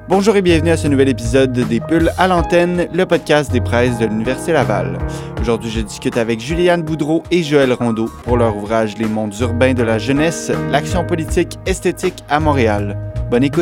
Bonjour et bienvenue à ce nouvel épisode des Pulls à l'antenne, le podcast des presses de l'Université Laval. Aujourd'hui, je discute avec Juliane Boudreau et Joël Rondeau pour leur ouvrage « Les mondes urbains de la jeunesse, l'action politique esthétique à Montréal ». Bonne écoute!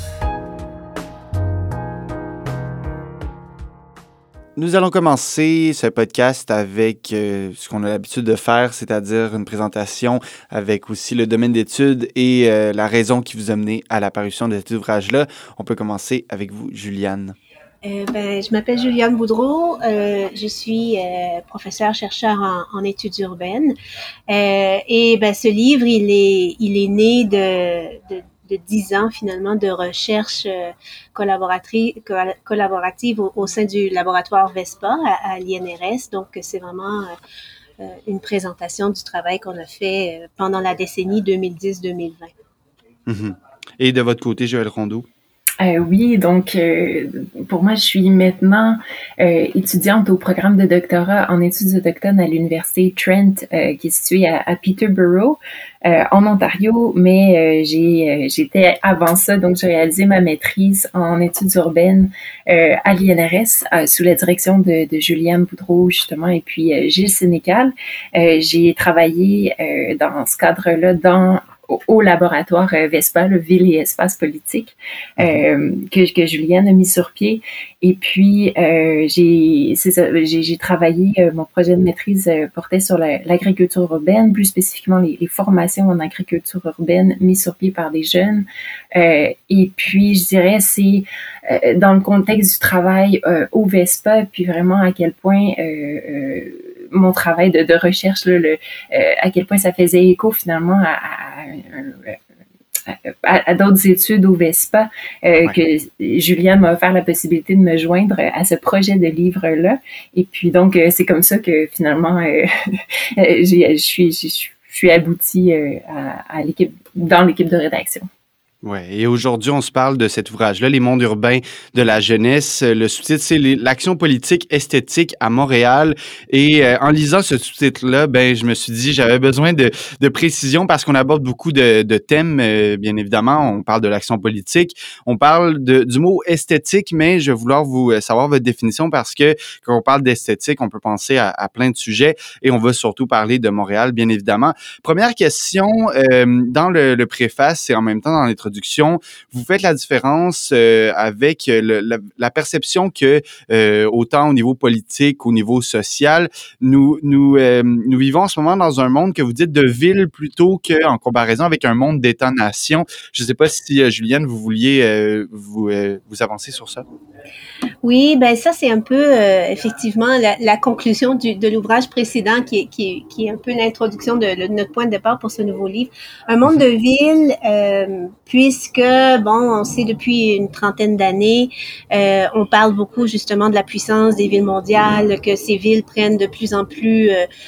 Nous allons commencer ce podcast avec ce qu'on a l'habitude de faire, c'est-à-dire une présentation avec aussi le domaine d'études et la raison qui vous a mené à la parution de cet ouvrage-là. On peut commencer avec vous, Juliane. Je m'appelle Juliane Boudreau, je suis professeure-chercheur en études urbaines. Ce livre, il est né de 10 ans finalement de recherche collaborative au sein du laboratoire VESPA à l'INRS. Donc, c'est vraiment une présentation du travail qu'on a fait pendant la décennie 2010-2020. Mm-hmm. Et de votre côté, Joël Rondeau? Oui, donc pour moi, je suis maintenant étudiante au programme de doctorat en études autochtones à l'université Trent, qui est située à Peterborough, en Ontario. Mais j'étais avant ça, donc j'ai réalisé ma maîtrise en études urbaines à l'INRS sous la direction de Juliane Boudreau, justement, et puis Gilles Sénécal. J'ai travaillé dans ce cadre-là au laboratoire VESPA, le Ville et Espace Politique, que Juliane a mis sur pied. Et puis, j'ai travaillé, mon projet de maîtrise portait sur l'agriculture urbaine, plus spécifiquement les formations en agriculture urbaine mises sur pied par des jeunes. Et puis, je dirais, c'est dans le contexte du travail au VESPA, puis vraiment à quel point mon travail de recherche, là, à quel point ça faisait écho finalement à d'autres études au VESPA, que Juliane m'a offert la possibilité de me joindre à ce projet de livre-là. Et puis donc, c'est comme ça que finalement, je suis aboutie dans l'équipe de rédaction. Oui, et aujourd'hui, on se parle de cet ouvrage-là, Les mondes urbains de la jeunesse. Le sous-titre, c'est l'action politique esthétique à Montréal. Et en lisant ce sous-titre-là, je me suis dit, j'avais besoin de précision parce qu'on aborde beaucoup de thèmes, bien évidemment. On parle de l'action politique, on parle du mot esthétique, mais je vais vouloir vous savoir votre définition parce que quand on parle d'esthétique, on peut penser à plein de sujets et on va surtout parler de Montréal, bien évidemment. Première question, dans le préface et en même temps dans l'introduction, vous faites la différence avec la perception que autant au niveau politique qu'au niveau social, nous vivons en ce moment dans un monde que vous dites de ville plutôt qu'en comparaison avec un monde d'État-nation. Je ne sais pas si, Juliane, vous vouliez vous avancer sur ça. Oui, ça c'est un peu effectivement la conclusion de l'ouvrage précédent qui est un peu l'introduction de notre point de départ pour ce nouveau livre. Un monde de ville, puisque on sait depuis une trentaine d'années, on parle beaucoup justement de la puissance des villes mondiales, que ces villes prennent de plus en plus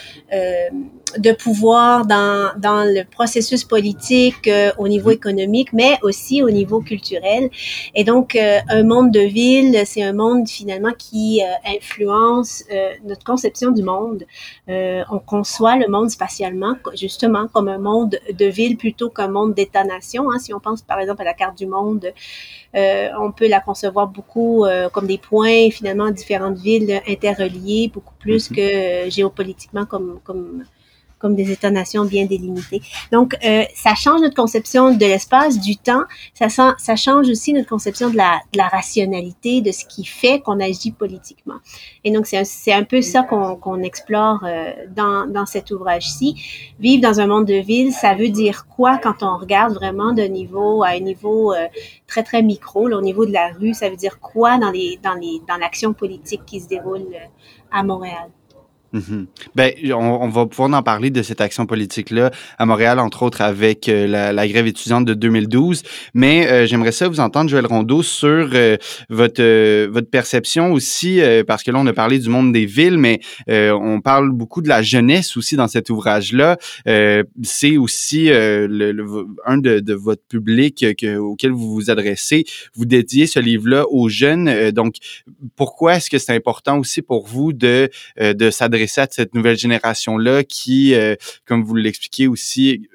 de pouvoir dans le processus politique au niveau économique, mais aussi au niveau culturel. Et donc, un monde de ville, c'est un monde finalement qui influence notre conception du monde. On conçoit le monde spatialement, justement, comme un monde de ville plutôt qu'un monde d'État-nation. Si on pense par exemple à la carte du monde, on peut la concevoir beaucoup comme des points, finalement, différentes villes interreliées, beaucoup plus que géopolitiquement comme des États-nations bien délimités. Donc, ça change notre conception de l'espace, du temps. Ça change aussi notre conception de la rationalité, de ce qui fait qu'on agit politiquement. Et donc, c'est un peu ça qu'on explore dans cet ouvrage-ci. Vivre dans un monde de ville, ça veut dire quoi quand on regarde vraiment à un niveau très, très micro, là, au niveau de la rue? Ça veut dire quoi dans l'action politique qui se déroule à Montréal? Mm-hmm. On va pouvoir en parler de cette action politique-là à Montréal, entre autres avec la grève étudiante de 2012. Mais j'aimerais ça vous entendre, Joël Rondeau, sur votre perception aussi, parce que là, on a parlé du monde des villes, mais on parle beaucoup de la jeunesse aussi dans cet ouvrage-là. C'est aussi un de votre public auquel vous vous adressez. Vous dédiez ce livre-là aux jeunes. Donc, pourquoi est-ce que c'est important aussi pour vous de s'adresser m'intéresser à cette nouvelle génération-là qui, comme vous l'expliquez aussi,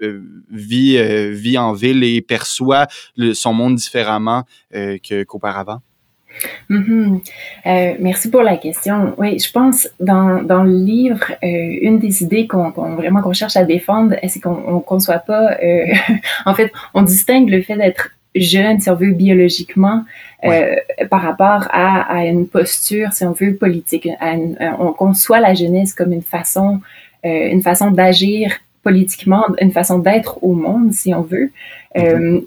vit en ville et perçoit son monde différemment qu'auparavant? Mm-hmm. Merci pour la question. Oui, je pense dans le livre, une des idées qu'on cherche à défendre, c'est qu'on conçoit pas. En fait, on distingue le fait d'être jeune, si on veut, biologiquement, par rapport à une posture, si on veut, politique. On conçoit la jeunesse comme une façon d'agir politiquement, une façon d'être au monde, si on veut. On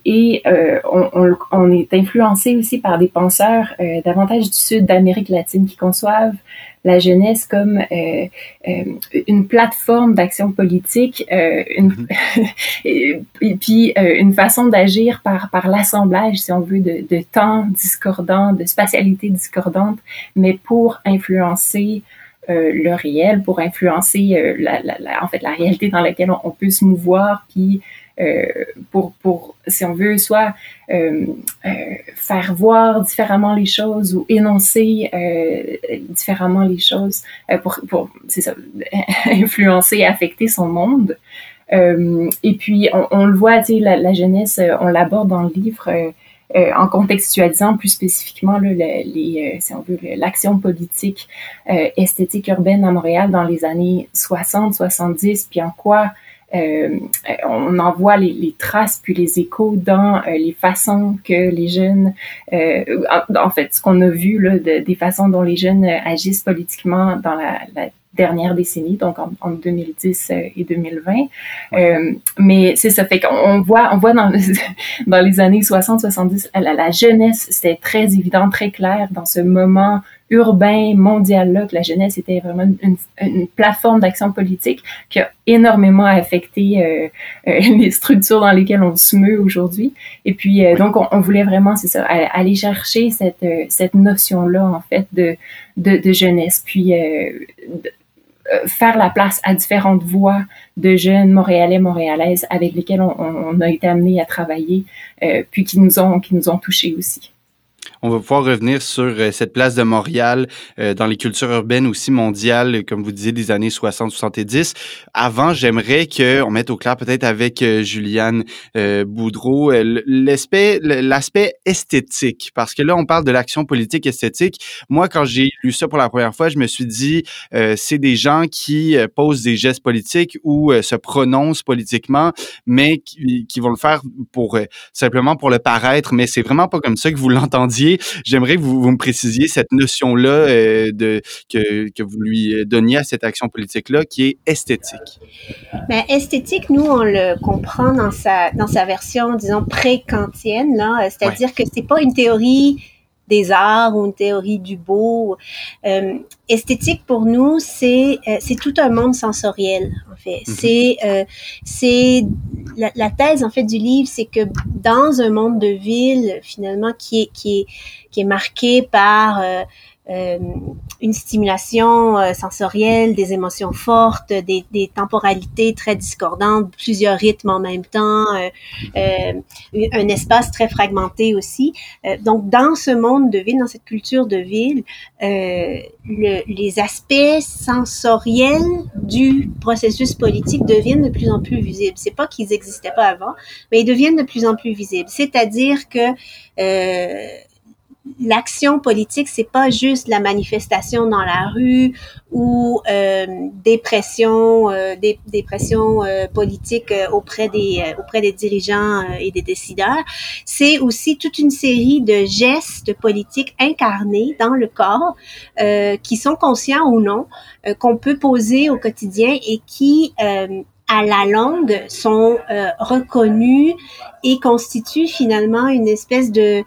est influencé aussi par des penseurs davantage du sud d'Amérique latine qui conçoivent la jeunesse comme une plateforme d'action politique, et puis une façon d'agir par l'assemblage, si on veut, de temps discordants, de spatialités discordantes, mais pour influencer le réel, pour influencer en fait la réalité dans laquelle on peut se mouvoir, puis pour si on veut soit faire voir différemment les choses ou énoncer différemment les choses pour c'est ça, influencer et affecter son monde. Et puis on le voit, tu sais, la jeunesse, on l'aborde dans le livre en contextualisant plus spécifiquement là, si on veut, l'action politique esthétique urbaine à Montréal dans les années 60-70, puis en quoi on en voit les traces puis les échos dans les façons que les jeunes, en fait, ce qu'on a vu là, des façons dont les jeunes agissent politiquement dans la dernière décennie, donc en 2010 et 2020. Mais c'est ça, fait qu'on voit dans les années 60-70, la jeunesse, c'était très évident, très clair dans ce moment urbain, mondial-là, que la jeunesse était vraiment une plateforme d'action politique qui a énormément affecté les structures dans lesquelles on se meut aujourd'hui. Et puis, donc, on voulait vraiment, c'est ça, aller chercher cette notion-là, en fait, de jeunesse, puis faire la place à différentes voix de jeunes Montréalais, Montréalaises avec lesquels on a été amenés à travailler, puis qui nous ont touchés aussi. On va pouvoir revenir sur cette place de Montréal dans les cultures urbaines aussi mondiales, comme vous disiez, des années 60-70. Avant, j'aimerais qu'on mette au clair peut-être avec Juliane Boudreau l'aspect esthétique, parce que là, on parle de l'action politique esthétique. Moi, quand j'ai lu ça pour la première fois, je me suis dit, c'est des gens qui posent des gestes politiques ou se prononcent politiquement, mais qui vont le faire simplement pour le paraître, mais c'est vraiment pas comme ça que vous l'entendiez. J'aimerais que vous me précisiez cette notion-là que vous lui donniez à cette action politique-là, qui est esthétique. Ben, esthétique, nous, on le comprend dans sa version, disons, pré-kantienne, là, c'est-à-dire que c'est pas une théorie des arts ou une théorie du beau. Esthétique, pour nous, c'est tout un monde sensoriel, en fait. C'est la thèse, en fait, du livre, c'est que dans un monde de ville, finalement, qui est marqué par une stimulation sensorielle, des émotions fortes, des temporalités très discordantes, plusieurs rythmes en même temps, un espace très fragmenté aussi. Donc, dans ce monde de ville, dans cette culture de ville, les aspects sensoriels du processus politique deviennent de plus en plus visibles. C'est pas qu'ils n'existaient pas avant, mais ils deviennent de plus en plus visibles. C'est-à-dire que l'action politique, c'est pas juste la manifestation dans la rue ou des pressions politiques auprès des dirigeants et des décideurs. C'est aussi toute une série de gestes politiques incarnés dans le corps qui sont conscients ou non, qu'on peut poser au quotidien et qui à la longue sont reconnus et constituent finalement une espèce de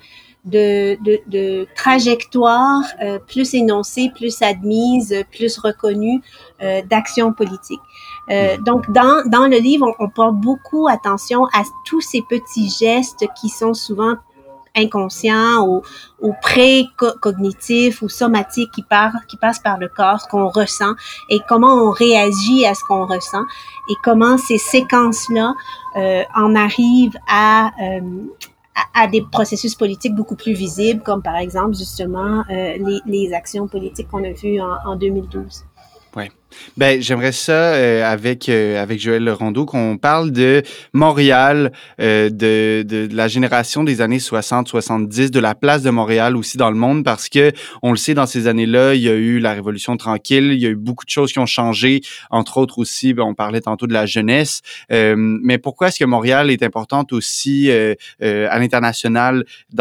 trajectoire plus énoncée, plus admise, plus reconnue d'action politique. Donc, dans le livre, on porte beaucoup attention à tous ces petits gestes qui sont souvent inconscients ou pré-cognitifs ou somatiques qui passent par le corps, ce qu'on ressent et comment on réagit à ce qu'on ressent et comment ces séquences-là en arrivent à des processus politiques beaucoup plus visibles, comme par exemple, justement, les actions politiques qu'on a vues en 2012. Ouais. Ben, j'aimerais ça avec Joël Rondeau qu'on parle de Montréal, de la génération des années 60-70, de la place de Montréal aussi dans le monde, parce que on le sait, dans ces années-là, il y a eu la Révolution tranquille, il y a eu beaucoup de choses qui ont changé, entre autres aussi, ben, on parlait tantôt de la jeunesse. Mais pourquoi est-ce que Montréal est importante aussi à l'international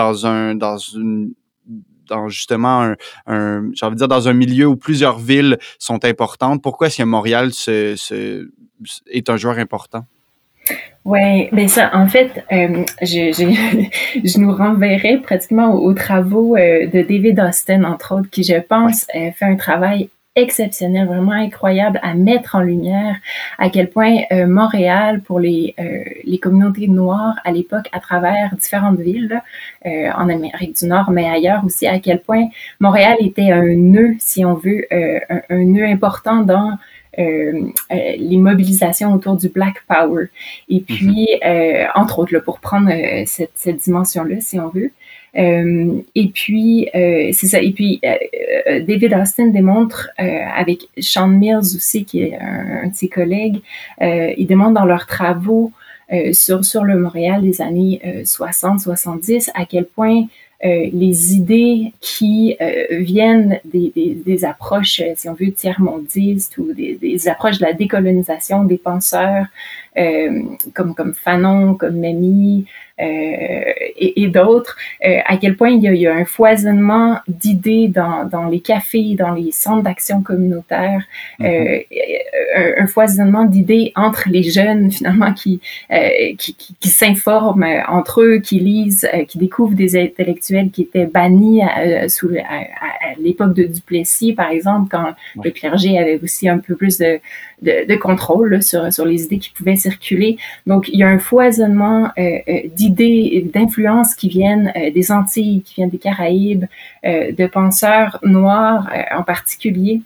dans justement j'ai envie de dire dans un milieu où plusieurs villes sont importantes? Pourquoi est-ce que Montréal est un joueur important? Ouais, ben ça, en fait, je nous renverrais pratiquement aux travaux de David Austin, entre autres, qui, je pense, fait un travail exceptionnel, vraiment incroyable à mettre en lumière à quel point Montréal, pour les communautés noires à l'époque, à travers différentes villes en Amérique du Nord, mais ailleurs aussi, à quel point Montréal était un nœud, si on veut, un nœud important dans les mobilisations autour du Black Power. Et puis, entre autres, là, pour prendre cette dimension-là, si on veut. Et puis, c'est ça. Et puis, David Austin démontre, avec Sean Mills aussi, qui est un de ses collègues, ils démontrent dans leurs travaux sur le Montréal des années 60-70 à quel point les idées qui viennent des approches, si on veut, tiers-mondistes ou des approches de la décolonisation des penseurs comme Fanon, comme Memmi et d'autres, à quel point il y a un foisonnement d'idées dans les cafés, dans les centres d'action communautaire, un foisonnement d'idées entre les jeunes finalement qui s'informent entre eux, qui lisent, qui découvrent des intellectuels qui étaient bannis à l'époque de Duplessis, par exemple, quand le clergé avait aussi un peu plus de contrôle là, sur les idées qui pouvaient circuler. Donc, il y a un foisonnement d'idées et d'influences qui viennent des Antilles, qui viennent des Caraïbes, de penseurs noirs en particulier,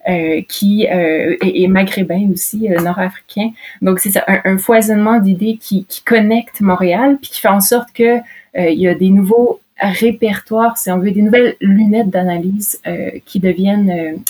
et maghrébins aussi, nord-africains. Donc, c'est ça, un foisonnement d'idées qui connecte Montréal, puis qui fait en sorte que il y a des nouveaux répertoires, si on veut, des nouvelles lunettes d'analyse qui deviennent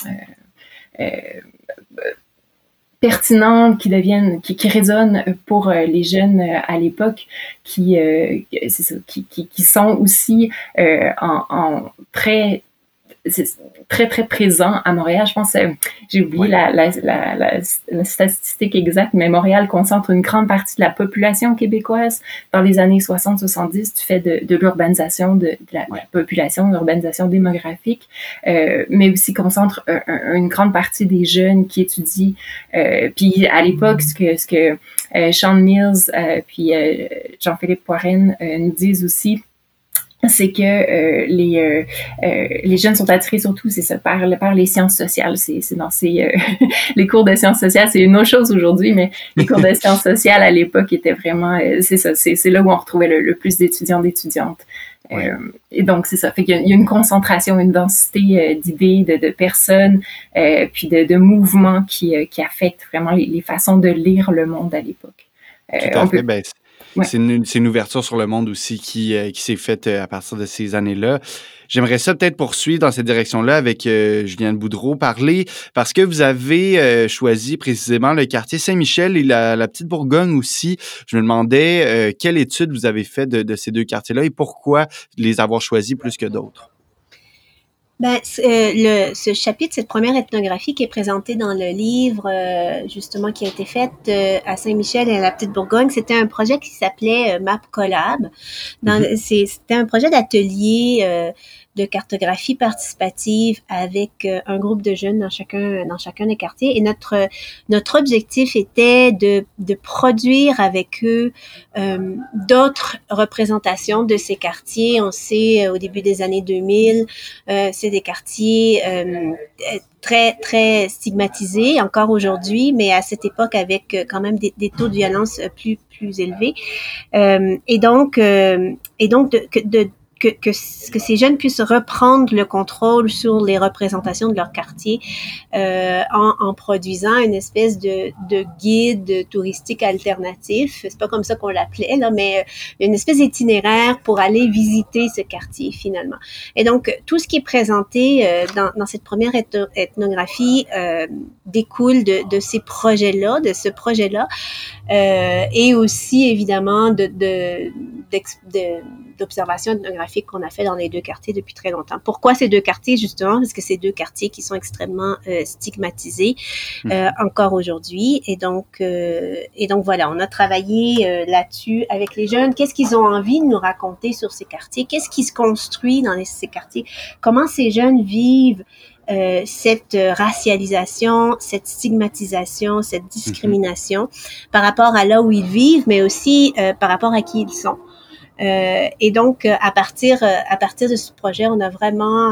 pertinentes, qui résonnent pour les jeunes à l'époque, qui sont aussi en très présent à Montréal. Je pense, j'ai oublié la statistique exacte, mais Montréal concentre une grande partie de la population québécoise dans les années 60-70 du fait de l'urbanisation de la population, l'urbanisation démographique, mais aussi concentre une grande partie des jeunes qui étudient. Puis à l'époque, ce que Sean Mills puis Jean-Philippe Poirenne nous disent aussi, c'est que les jeunes sont attirés surtout, c'est ça, par les sciences sociales. C'est dans les cours de sciences sociales, c'est une autre chose aujourd'hui, mais les cours de sciences sociales à l'époque étaient vraiment, c'est ça, c'est là où on retrouvait le plus d'étudiantes. Et donc, c'est ça. Fait qu'il y a une concentration, une densité d'idées, de personnes, puis de mouvements qui affectent vraiment les façons de lire le monde à l'époque. Tout à fait. C'est une ouverture sur le monde aussi qui s'est faite à partir de ces années-là. J'aimerais ça peut-être poursuivre dans cette direction-là avec Juliane Boudreau, parce que vous avez choisi précisément le quartier Saint-Michel et la Petite Bourgogne aussi. Je me demandais quelle étude vous avez fait de ces deux quartiers-là et pourquoi les avoir choisis plus que d'autres. Ce chapitre, cette première ethnographie qui est présentée dans le livre, justement, qui a été faite à Saint-Michel et à la Petite Bourgogne, c'était un projet qui s'appelait Map Collab. C'était un projet d'atelier de cartographie participative avec un groupe de jeunes dans chacun des quartiers. Et notre objectif était de produire avec eux d'autres représentations de ces quartiers. On sait, au début des années 2000, c'est des quartiers très, très stigmatisés encore aujourd'hui, mais à cette époque avec quand même des taux de violence plus élevés. Et donc que ces jeunes puissent reprendre le contrôle sur les représentations de leur quartier en produisant une espèce de guide touristique alternatif. C'est pas comme ça qu'on l'appelait, là, mais une espèce d'itinéraire pour aller visiter ce quartier finalement. Et donc, tout ce qui est présenté dans cette première ethnographie découle de ces projets-là, de ce projet-là, et aussi évidemment d'observations ethnographiques qu'on a fait dans les deux quartiers depuis très longtemps. Pourquoi ces deux quartiers, justement? Parce que c'est deux quartiers qui sont extrêmement stigmatisés encore aujourd'hui. Et donc voilà, on a travaillé là-dessus avec les jeunes. Qu'est-ce qu'ils ont envie de nous raconter sur ces quartiers? Qu'est-ce qui se construit dans ces quartiers? Comment ces jeunes vivent cette racialisation, cette stigmatisation, cette discrimination par rapport à là où ils vivent, mais aussi par rapport à qui ils sont. Et donc, à partir de ce projet, on a vraiment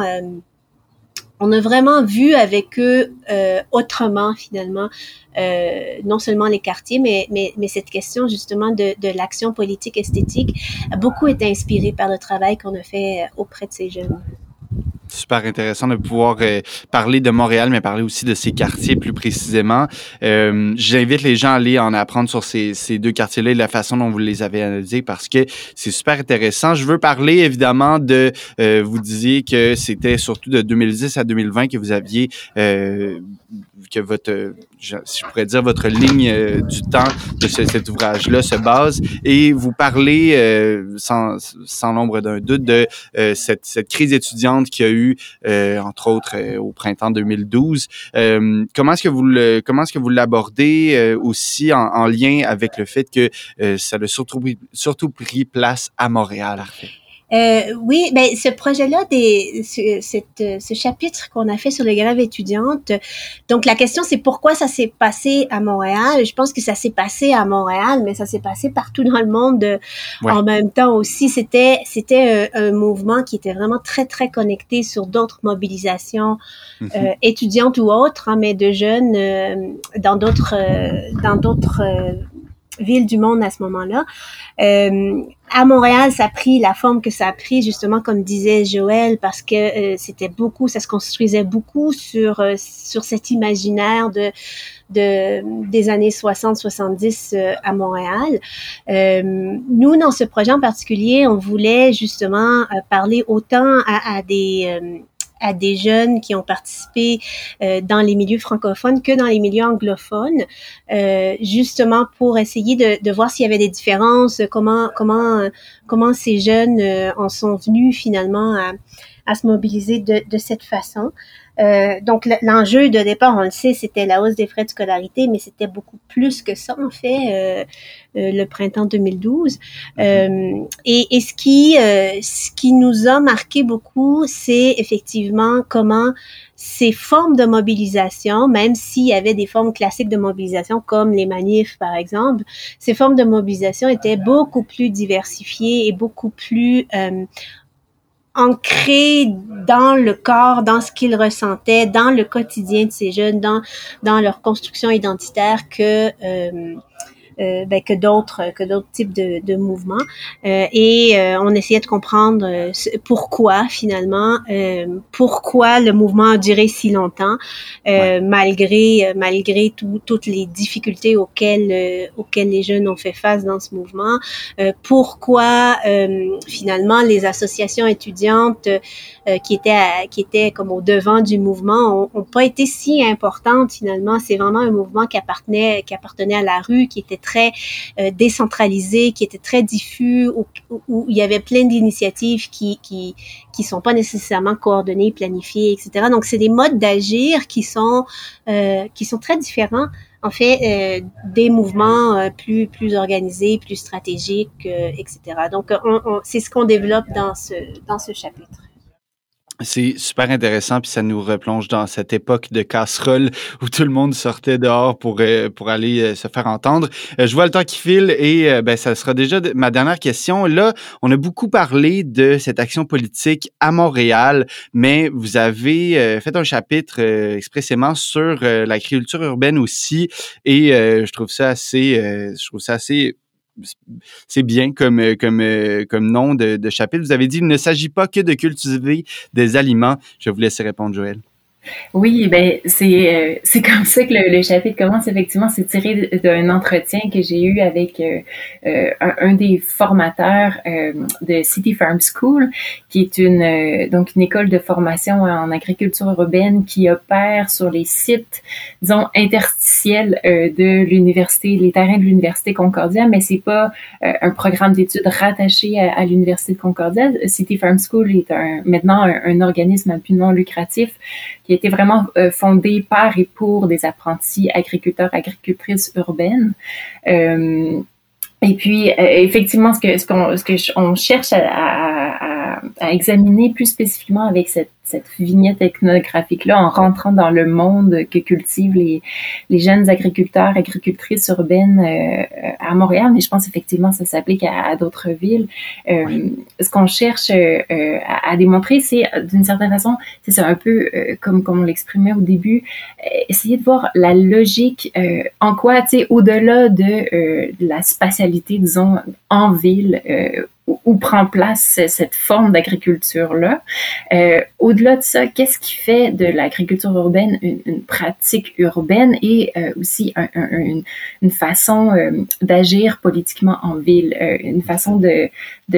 vu avec eux autrement finalement, non seulement les quartiers, mais cette question justement de l'action politique esthétique a beaucoup été inspirée par le travail qu'on a fait auprès de ces jeunes. Super intéressant de pouvoir parler de Montréal, mais parler aussi de ces quartiers plus précisément. J'invite les gens à aller en apprendre sur ces deux quartiers-là et la façon dont vous les avez analysés parce que c'est super intéressant. Je veux parler évidemment de, vous disiez que c'était surtout de 2010 à 2020 que vous aviez, que votre, si je pourrais dire, votre ligne du temps de cet ouvrage-là se base et vous parlez sans l'ombre d'un doute de cette crise étudiante qu'il y a eu entre autres au printemps 2012. Comment est-ce que vous l'abordez aussi en lien avec le fait que ça a surtout pris place à Montréal, Arfait? Oui, ben ce projet-là, ce chapitre qu'on a fait sur les grèves étudiantes. Donc la question c'est pourquoi ça s'est passé à Montréal. Je pense que ça s'est passé à Montréal, mais ça s'est passé partout dans le monde en même temps aussi. C'était un mouvement qui était vraiment très très connecté sur d'autres mobilisations étudiantes ou autres, hein, mais de jeunes dans d'autres villes du monde à ce moment-là. À Montréal, ça a pris la forme que ça a pris, justement, comme disait Joël, parce que c'était beaucoup, ça se construisait beaucoup sur cet imaginaire des années 60-70 à Montréal. Nous, dans ce projet en particulier, on voulait justement parler autant à des jeunes qui ont participé dans les milieux francophones que dans les milieux anglophones, justement pour essayer de voir s'il y avait des différences, comment ces jeunes en sont venus finalement à se mobiliser de cette façon. Donc l'enjeu de départ, on le sait, c'était la hausse des frais de scolarité, mais c'était beaucoup plus que ça en fait, le printemps 2012. Et ce qui nous a marqué beaucoup, c'est effectivement comment ces formes de mobilisation, même s'il y avait des formes classiques de mobilisation comme les manifs par exemple, ces formes de mobilisation étaient beaucoup plus diversifiées et beaucoup plus ancrés dans le corps, dans ce qu'ils ressentaient, dans le quotidien de ces jeunes, dans leur construction identitaire que d'autres types de mouvements. On essayait de comprendre pourquoi finalement, pourquoi le mouvement a duré si longtemps, malgré toutes les difficultés auxquelles les jeunes ont fait face dans ce mouvement. Pourquoi finalement les associations étudiantes qui étaient comme au devant du mouvement ont pas été si importantes finalement. C'est vraiment un mouvement qui appartenait à la rue, qui était très décentralisé, qui était très diffus, où il y avait plein d'initiatives qui sont pas nécessairement coordonnées, planifiées, etc. Donc c'est des modes d'agir qui sont très différents en fait des mouvements plus organisés, plus stratégiques, etc. Donc c'est ce qu'on développe dans ce chapitre. C'est super intéressant, puis ça nous replonge dans cette époque de casserole où tout le monde sortait dehors pour aller se faire entendre. Je vois le temps qui file et ça sera déjà ma dernière question. Là, on a beaucoup parlé de cette action politique à Montréal, mais vous avez fait un chapitre expressément sur l'agriculture urbaine aussi, et je trouve ça assez c'est bien comme nom de chapitre. Vous avez dit, il ne s'agit pas que de cultiver des aliments. Je vous laisse répondre, Joëlle. Oui, ben c'est comme ça que le chapitre commence. Effectivement, c'est tiré d'un entretien que j'ai eu avec un des formateurs de City Farm School, qui est donc une école de formation en agriculture urbaine qui opère sur les sites, disons, interstitiels de l'université, les terrains de l'université Concordia, mais c'est pas un programme d'études rattaché à l'université de Concordia. City Farm School est maintenant un organisme à but non lucratif qui a été vraiment fondé par et pour des apprentis agriculteurs, agricultrices urbaines. Et puis, effectivement, ce qu'on cherche à examiner plus spécifiquement avec cette vignette ethnographique-là, en rentrant dans le monde que cultivent les jeunes agriculteurs, agricultrices urbaines à Montréal, mais je pense effectivement ça s'applique à d'autres villes. Ce qu'on cherche à démontrer, c'est d'une certaine façon, c'est ça un peu comme on l'exprimait au début, essayer de voir la logique, en quoi, tu sais, au-delà de la spatialité, disons, en ville, où prend place cette forme d'agriculture-là. Au-delà de ça, qu'est-ce qui fait de l'agriculture urbaine une pratique urbaine et aussi une façon d'agir politiquement en ville, une façon de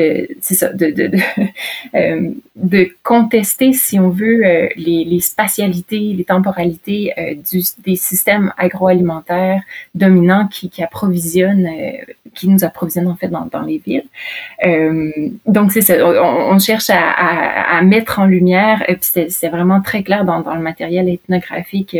contester, si on veut, les spatialités, les temporalités des systèmes agroalimentaires dominants qui nous approvisionnent en fait dans les villes. Donc c'est ça, on cherche à mettre en lumière, et puis c'est vraiment très clair dans le matériel ethnographique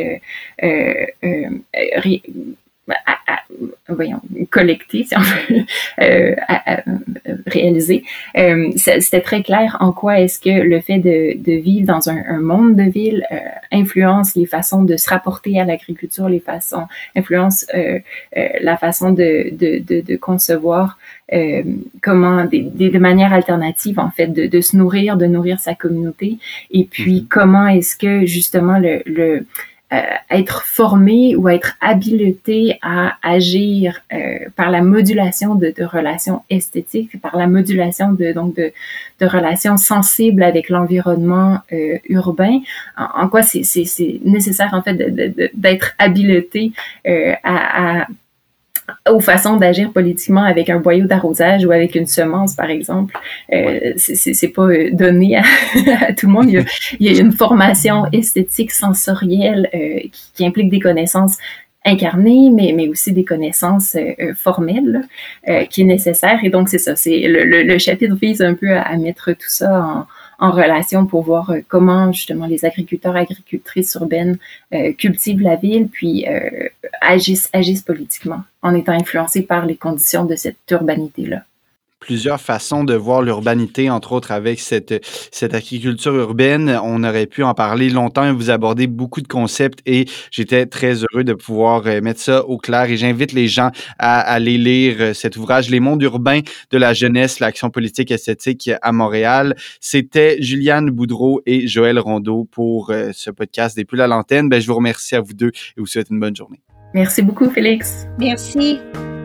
collecté, si on veut, réalisé. C'était très clair en quoi est-ce que le fait de vivre dans un monde de ville influence les façons de se rapporter à l'agriculture, influence la façon de concevoir comment des manières alternatives en fait de se nourrir, de nourrir sa communauté, et puis comment est-ce que justement être formé ou être habilité à agir par la modulation de relations esthétiques, par la modulation de relations sensibles avec l'environnement urbain, en quoi c'est nécessaire en fait d'être habilité aux façons d'agir politiquement avec un boyau d'arrosage ou avec une semence, par exemple. C'est pas donné à tout le monde. Il y a une formation esthétique sensorielle qui implique des connaissances incarnées, mais aussi des connaissances formelles qui est nécessaire. Et donc, c'est ça. Le chapitre vise un peu à mettre tout ça en relation pour voir comment justement les agriculteurs, agricultrices urbaines cultivent la ville, puis agissent politiquement en étant influencés par les conditions de cette urbanité-là. Plusieurs façons de voir l'urbanité, entre autres avec cette agriculture urbaine. On aurait pu en parler longtemps, vous aborder beaucoup de concepts et j'étais très heureux de pouvoir mettre ça au clair et j'invite les gens à aller lire cet ouvrage, Les mondes urbains de la jeunesse, l'action politique esthétique à Montréal. C'était Juliane Boudreau et Joëlle Rondeau pour ce podcast des Poules à l'antenne. Je vous remercie à vous deux et vous souhaite une bonne journée. Merci beaucoup, Félix. Merci.